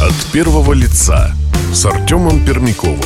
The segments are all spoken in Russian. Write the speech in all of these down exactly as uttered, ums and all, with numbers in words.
От первого лица с Артемом Пермяковым.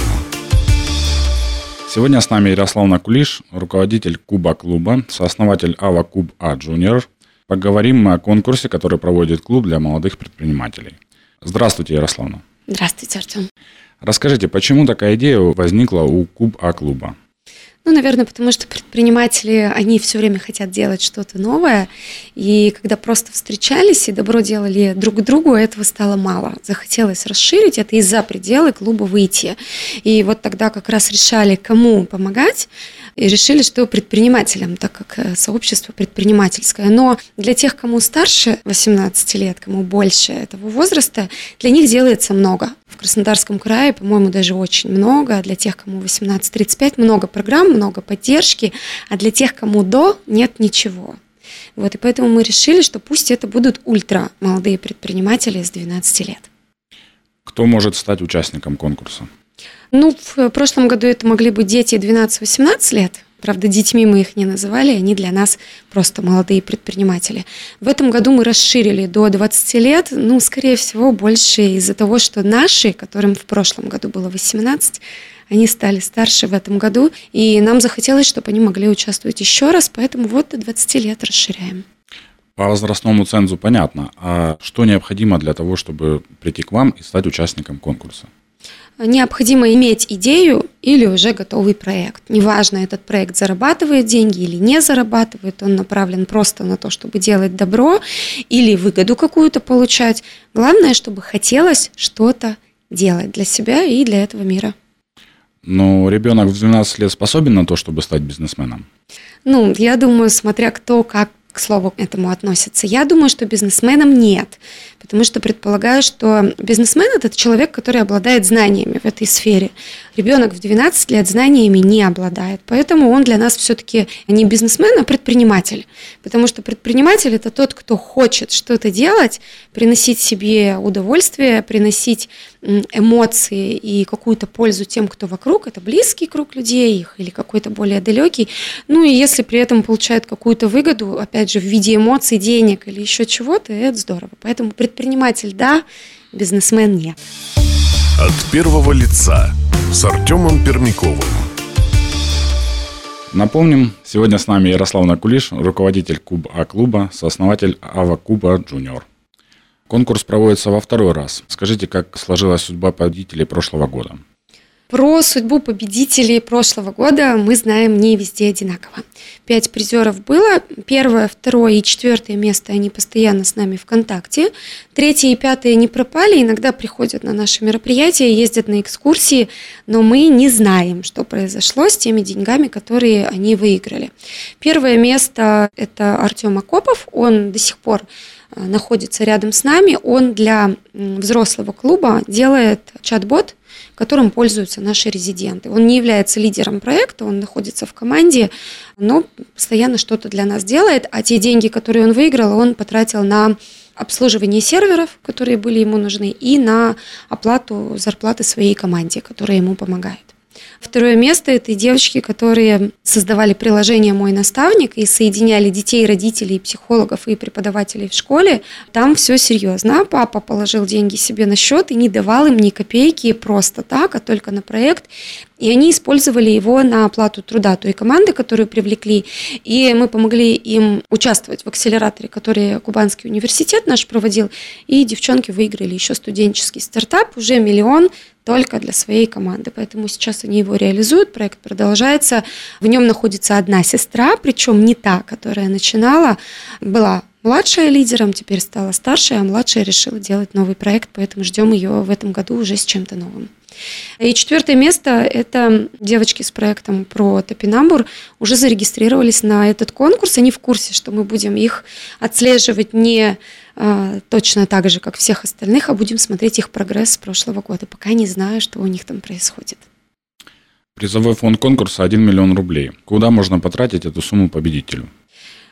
Сегодня с нами Ярославна Кулиш, руководитель Куба клуба, сооснователь АВА Куб А Junior. Поговорим мы о конкурсе, который проводит клуб для молодых предпринимателей. Здравствуйте, Ярославна. Здравствуйте, Артем. Расскажите, почему такая идея возникла у Куб А клуба? Ну, наверное, потому что предприниматели, они все время хотят делать что-то новое, и когда просто встречались и добро делали друг другу, этого стало мало. Захотелось расширить это и за пределы клуба выйти. И вот тогда как раз решали, кому помогать, и решили, что предпринимателям, так как сообщество предпринимательское. Но для тех, кому старше восемнадцати лет, кому больше этого возраста, для них делается много. В Краснодарском крае, по-моему, даже очень много. Для тех, кому восемнадцать тридцать пять, много программ, много поддержки, а для тех, кому до, нет ничего. Вот, и поэтому мы решили, что пусть это будут ультра молодые предприниматели с двенадцати лет. Кто может стать участником конкурса? Ну, в прошлом году это могли быть дети двенадцать-восемнадцать лет. Правда, детьми мы их не называли, они для нас просто молодые предприниматели. В этом году мы расширили до двадцати лет, ну, скорее всего, больше из-за того, что наши, которым в прошлом году было восемнадцать, они стали старше в этом году, и нам захотелось, чтобы они могли участвовать еще раз, поэтому вот до двадцати лет расширяем. По возрастному цензу понятно. А что необходимо для того, чтобы прийти к вам и стать участником конкурса? Необходимо иметь идею или уже готовый проект. Неважно, этот проект зарабатывает деньги или не зарабатывает, он направлен просто на то, чтобы делать добро или выгоду какую-то получать. Главное, чтобы хотелось что-то делать для себя и для этого мира. Но ребенок в двенадцать лет способен на то, чтобы стать бизнесменом? Ну, я думаю, смотря кто как к слову этому относится. Я думаю, что бизнесменам нет, потому что предполагаю, что бизнесмен – это человек, который обладает знаниями в этой сфере. Ребенок в двенадцать лет знаниями не обладает, поэтому он для нас все-таки не бизнесмен, а предприниматель, потому что предприниматель – это тот, кто хочет что-то делать, приносить себе удовольствие, приносить эмоции и какую-то пользу тем, кто вокруг, это близкий круг людей их или какой-то более далекий, ну и если при этом получает какую-то выгоду, опять же, в виде эмоций, денег или еще чего-то, это здорово. Поэтому предприниматель – да, бизнесмен – нет. От первого лица с Артемом Пермяковым. Напомним, сегодня с нами Ярославна Кулиш, руководитель Куб А клуба, сооснователь АВА Куб А Junior. Конкурс проводится во второй раз. Скажите, как сложилась судьба победителей прошлого года? Про судьбу победителей прошлого года мы знаем не везде одинаково. Пять призеров было. Первое, второе и четвертое место, они постоянно с нами в контакте. Третье и пятое не пропали, иногда приходят на наши мероприятия, ездят на экскурсии, но мы не знаем, что произошло с теми деньгами, которые они выиграли. Первое место – это Артем Акопов, он до сих пор находится рядом с нами, он для взрослого клуба делает чат-бот, которым пользуются наши резиденты. Он не является лидером проекта, он находится в команде, но постоянно что-то для нас делает, а те деньги, которые он выиграл, он потратил на обслуживание серверов, которые были ему нужны, и на оплату зарплаты своей команде, которая ему помогает. Второе место – это девочки, которые создавали приложение «Мой наставник» и соединяли детей, родителей, психологов и преподавателей в школе. Там все серьезно. Папа положил деньги себе на счет и не давал им ни копейки просто так, а только на проект. И они использовали его на оплату труда той команды, которую привлекли. И мы помогли им участвовать в акселераторе, который Кубанский университет наш проводил. И девчонки выиграли еще студенческий стартап, уже миллион только для своей команды. Поэтому сейчас они его реализуют, проект продолжается. В нем находится одна сестра, причем не та, которая начинала, была младшая лидером, теперь стала старшей, а младшая решила делать новый проект, поэтому ждем ее в этом году уже с чем-то новым. И четвертое место – это девочки с проектом про топинамбур уже зарегистрировались на этот конкурс. Они в курсе, что мы будем их отслеживать не а, точно так же, как всех остальных, а будем смотреть их прогресс с прошлого года, пока не знаю, что у них там происходит. Призовой фонд конкурса один миллион рублей. Куда можно потратить эту сумму победителю?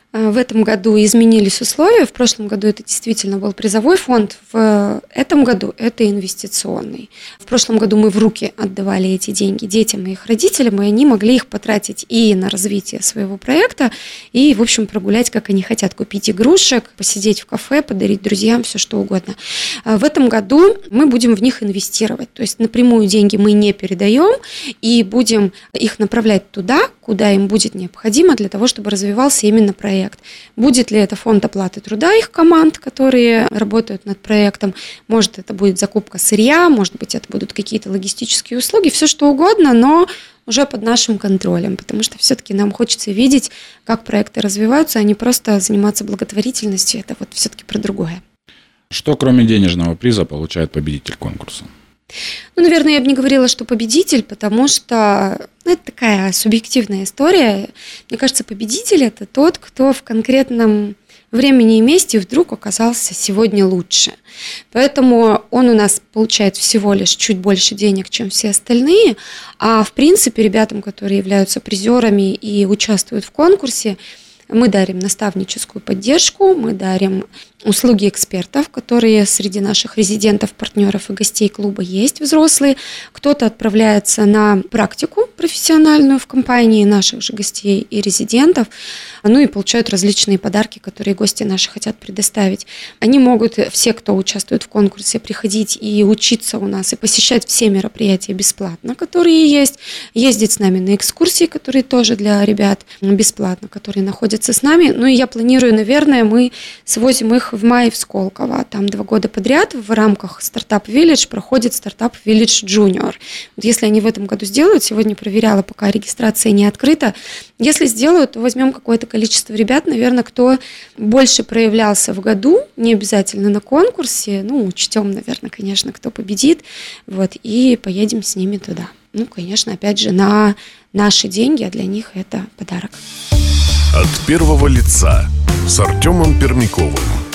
В этом году изменились условия. В прошлом году это действительно был призовой фонд. В этом году это инвестиционный. В прошлом году мы в руки отдавали эти деньги детям и их родителям, и они могли их потратить и на развитие своего проекта, и, в общем, прогулять, как они хотят, купить игрушек, посидеть в кафе, подарить друзьям, все что угодно. В этом году мы будем в них инвестировать. То есть напрямую деньги мы не передаем и будем их направлять туда, куда им будет необходимо для того, чтобы развивался именно проект. Будет ли это фонд оплаты труда их команд, которые работают над проектом, может, это будет закупка сырья, может быть, это будут какие-то логистические услуги, все что угодно, но уже под нашим контролем, потому что все-таки нам хочется видеть, как проекты развиваются, а не просто заниматься благотворительностью, это вот все-таки про другое. Что кроме денежного приза получает победитель конкурса? Ну, наверное, я бы не говорила, что победитель, потому что ну, это такая субъективная история. Мне кажется, победитель – это тот, кто в конкретном времени и месте вдруг оказался сегодня лучше. Поэтому он у нас получает всего лишь чуть больше денег, чем все остальные. А в принципе, ребятам, которые являются призерами и участвуют в конкурсе, мы дарим наставническую поддержку, мы дарим услуги экспертов, которые среди наших резидентов, партнеров и гостей клуба есть взрослые. Кто-то отправляется на практику профессиональную в компании наших же гостей и резидентов, ну и получают различные подарки, которые гости наши хотят предоставить. Они могут, все, кто участвует в конкурсе, приходить и учиться у нас, и посещать все мероприятия бесплатно, которые есть, ездить с нами на экскурсии, которые тоже для ребят бесплатно, которые находятся с нами. Ну и я планирую, наверное, мы свозим их в мае в Сколково. Там два года подряд в рамках Startup Village проходит Startup Village Junior. Вот если они в этом году сделают, сегодня проверяла, пока регистрация не открыта, если сделают, то возьмем какое-то количество ребят, наверное, кто больше проявлялся в году, не обязательно на конкурсе, ну, учтем, наверное, конечно, кто победит, вот, и поедем с ними туда. Ну, конечно, опять же, на наши деньги, а для них это подарок. От первого лица с Артемом Пермяковым.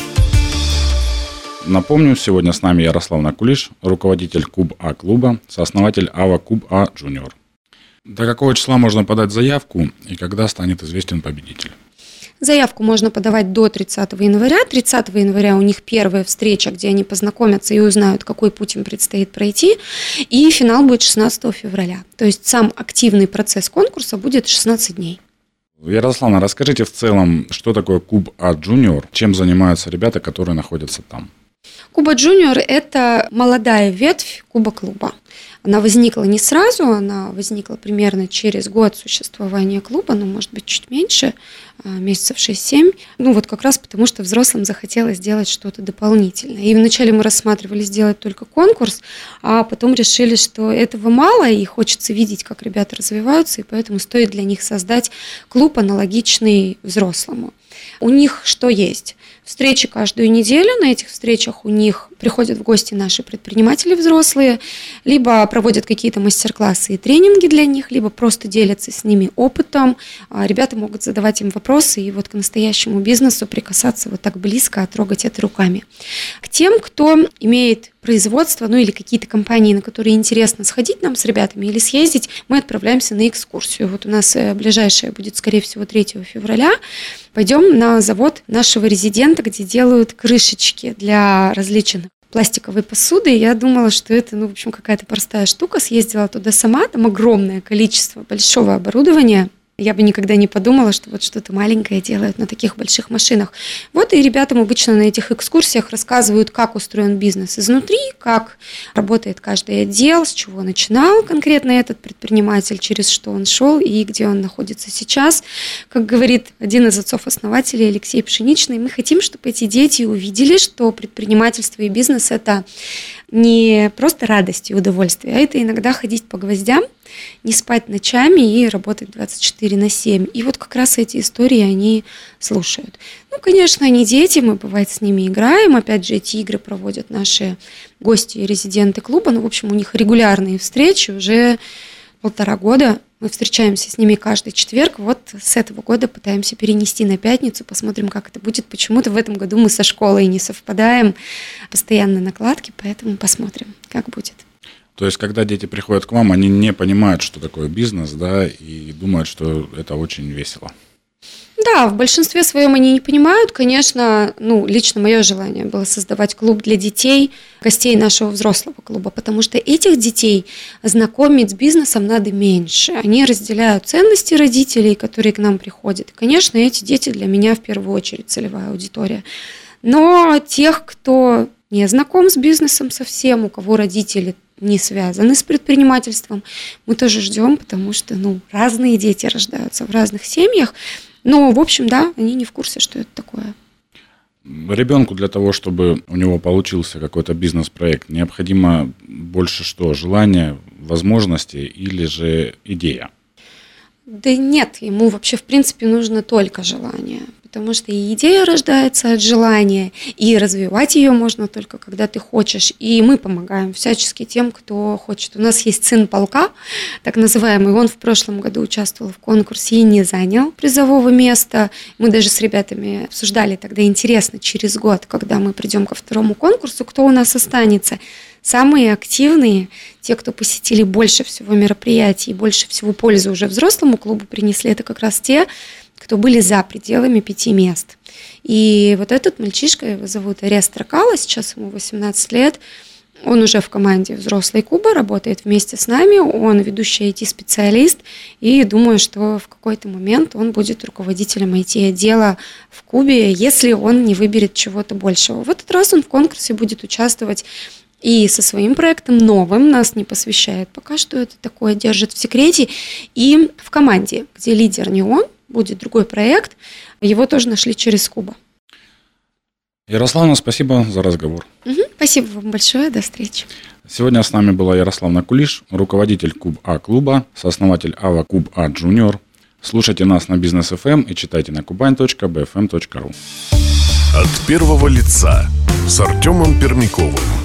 Напомню, сегодня с нами Ярославна Кулиш, руководитель Куб А клуба, сооснователь АВА Куб А Джуниор. До какого числа можно подать заявку и когда станет известен победитель? Заявку можно подавать до тридцатого января. тридцатого января у них первая встреча, где они познакомятся и узнают, какой путь им предстоит пройти. И финал будет шестнадцатого февраля. То есть сам активный процесс конкурса будет шестнадцать дней. Ярославна, расскажите в целом, что такое Куб А Джуниор, чем занимаются ребята, которые находятся там? Куб А Джуниор – это молодая ветвь Куба клуба. Она возникла не сразу, она возникла примерно через год существования клуба, ну, может быть, чуть меньше, месяцев шесть-семь. Ну, вот как раз потому, что взрослым захотелось сделать что-то дополнительное. И вначале мы рассматривали сделать только конкурс, а потом решили, что этого мало, и хочется видеть, как ребята развиваются, и поэтому стоит для них создать клуб, аналогичный взрослому. У них что есть? Встречи каждую неделю. На этих встречах у них приходят в гости наши предприниматели взрослые, либо проводят какие-то мастер-классы и тренинги для них, либо просто делятся с ними опытом. Ребята могут задавать им вопросы и вот к настоящему бизнесу прикасаться вот так близко, трогать это руками. К тем, кто имеет производство, ну или какие-то компании, на которые интересно сходить нам с ребятами или съездить, мы отправляемся на экскурсию. Вот у нас ближайшая будет, скорее всего, третьего февраля. Пойдем на завод нашего резидента, где делают крышечки для различных пластиковой посуды. Я думала, что это, ну, в общем, какая-то простая штука. Съездила туда сама, там огромное количество большого оборудования. Я бы никогда не подумала, что вот что-то маленькое делают на таких больших машинах. Вот и ребятам обычно на этих экскурсиях рассказывают, как устроен бизнес изнутри, как работает каждый отдел, с чего начинал конкретно этот предприниматель, через что он шел и где он находится сейчас. Как говорит один из отцов-основателей Алексей Пшеничный, мы хотим, чтобы эти дети увидели, что предпринимательство и бизнес – это не просто радость и удовольствие, а это иногда ходить по гвоздям, не спать ночами и работать двадцать четыре на семь. И вот как раз эти истории они слушают. Ну, конечно, они дети, мы, бывает, с ними играем. Опять же, эти игры проводят наши гости и резиденты клуба. Ну, в общем, у них регулярные встречи уже полтора года. Мы встречаемся с ними каждый четверг. Вот с этого года пытаемся перенести на пятницу, посмотрим, как это будет. Почему-то в этом году мы со школой не совпадаем, постоянно накладки, поэтому посмотрим, как будет. То есть, когда дети приходят к вам, они не понимают, что такое бизнес, да, и думают, что это очень весело. Да, в большинстве своем они не понимают. Конечно, ну, лично мое желание было создавать клуб для детей, гостей нашего взрослого клуба, потому что этих детей знакомить с бизнесом надо меньше. Они разделяют ценности родителей, которые к нам приходят. И, конечно, эти дети для меня в первую очередь целевая аудитория. Но тех, кто не знаком с бизнесом совсем, у кого родители не связаны с предпринимательством, мы тоже ждем, потому что ну, разные дети рождаются в разных семьях. Но, в общем, да, они не в курсе, что это такое. Ребенку для того, чтобы у него получился какой-то бизнес-проект, необходимо больше что? Желание, возможности или же идея? Да нет, ему вообще, в принципе, нужно только желание. Потому что и идея рождается от желания, и развивать ее можно только, когда ты хочешь. И мы помогаем всячески тем, кто хочет. У нас есть сын полка, так называемый. Он в прошлом году участвовал в конкурсе и не занял призового места. Мы даже с ребятами обсуждали тогда, интересно, через год, когда мы придем ко второму конкурсу, кто у нас останется. Самые активные, те, кто посетили больше всего мероприятий и больше всего пользы уже взрослому клубу принесли, это как раз те, кто были за пределами пяти мест. И вот этот мальчишка, его зовут Арес Тракала, сейчас ему восемнадцать лет, он уже в команде взрослой Куба, работает вместе с нами, он ведущий ай ти-специалист, и думаю, что в какой-то момент он будет руководителем ай ти-отдела в Кубе, если он не выберет чего-то большего. В этот раз он в конкурсе будет участвовать и со своим проектом новым, нас не посвящает пока что это такое, держит в секрете, и в команде, где лидер не он, будет другой проект, его тоже нашли через Куба. Ярославна, спасибо за разговор. Угу, спасибо вам большое, до встречи. Сегодня с нами была Ярославна Кулиш, руководитель Куб А клуба, сооснователь АВА Куб А Junior. Слушайте нас на Бизнес эф эм и читайте на кубань точка би эф эм точка ру. От первого лица с Артемом Пермяковым.